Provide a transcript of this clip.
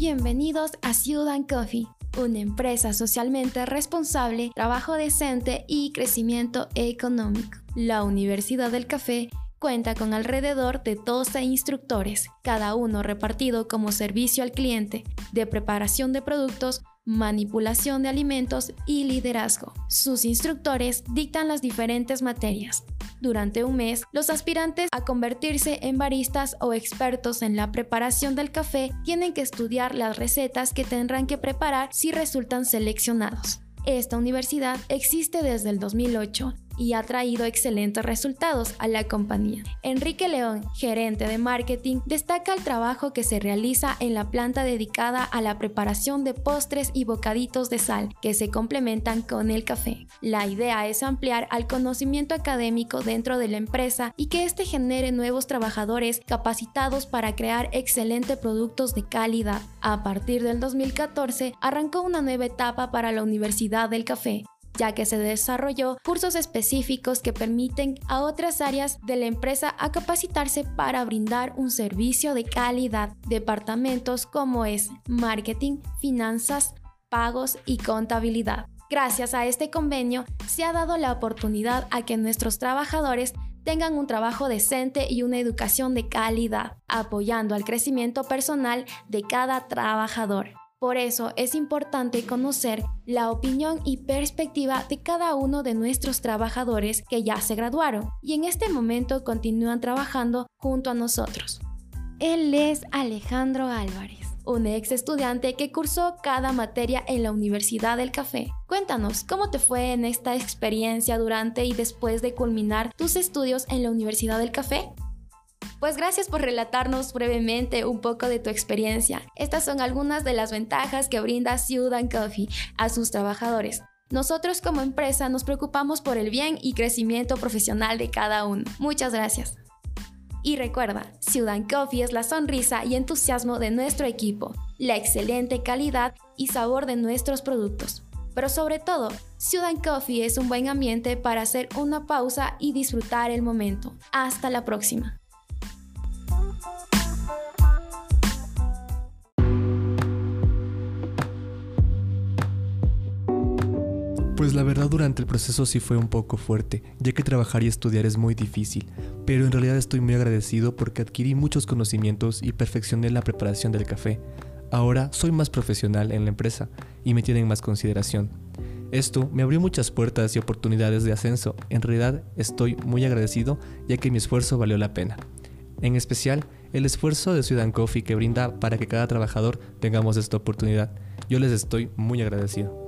Bienvenidos a Ciudad Coffee, una empresa socialmente responsable, trabajo decente y crecimiento económico. La Universidad del Café cuenta con alrededor de 12 instructores, cada uno repartido como servicio al cliente, de preparación de productos, manipulación de alimentos y liderazgo. Sus instructores dictan las diferentes materias. Durante un mes, los aspirantes a convertirse en baristas o expertos en la preparación del café tienen que estudiar las recetas que tendrán que preparar si resultan seleccionados. Esta universidad existe desde el 2008 y ha traído excelentes resultados a la compañía. Enrique León, gerente de marketing, destaca el trabajo que se realiza en la planta dedicada a la preparación de postres y bocaditos de sal que se complementan con el café. La idea es ampliar al conocimiento académico dentro de la empresa y que este genere nuevos trabajadores capacitados para crear excelentes productos de calidad. A partir del 2014 arrancó una nueva etapa para la Universidad del Café, ya que se desarrolló cursos específicos que permiten a otras áreas de la empresa a capacitarse para brindar un servicio de calidad. Departamentos como es marketing, finanzas, pagos y contabilidad. Gracias a este convenio se ha dado la oportunidad a que nuestros trabajadores tengan un trabajo decente y una educación de calidad, apoyando al crecimiento personal de cada trabajador. Por eso es importante conocer la opinión y perspectiva de cada uno de nuestros trabajadores que ya se graduaron y en este momento continúan trabajando junto a nosotros. Él es Alejandro Álvarez, un ex estudiante que cursó cada materia en la Universidad del Café. Cuéntanos, ¿cómo te fue en esta experiencia durante y después de culminar tus estudios en la Universidad del Café? Pues gracias por relatarnos brevemente un poco de tu experiencia. Estas son algunas de las ventajas que brinda Ciudad Coffee a sus trabajadores. Nosotros como empresa nos preocupamos por el bien y crecimiento profesional de cada uno. Muchas gracias. Y recuerda, Ciudad Coffee es la sonrisa y entusiasmo de nuestro equipo, la excelente calidad y sabor de nuestros productos. Pero sobre todo, Ciudad Coffee es un buen ambiente para hacer una pausa y disfrutar el momento. Hasta la próxima. Pues la verdad durante el proceso sí fue un poco fuerte, ya que trabajar y estudiar es muy difícil, pero en realidad estoy muy agradecido porque adquirí muchos conocimientos y perfeccioné la preparación del café. Ahora soy más profesional en la empresa y me tienen más consideración. Esto me abrió muchas puertas y oportunidades de ascenso. En realidad estoy muy agradecido ya que mi esfuerzo valió la pena. En especial, el esfuerzo de Ciudad Coffee que brinda para que cada trabajador tengamos esta oportunidad. Yo les estoy muy agradecido.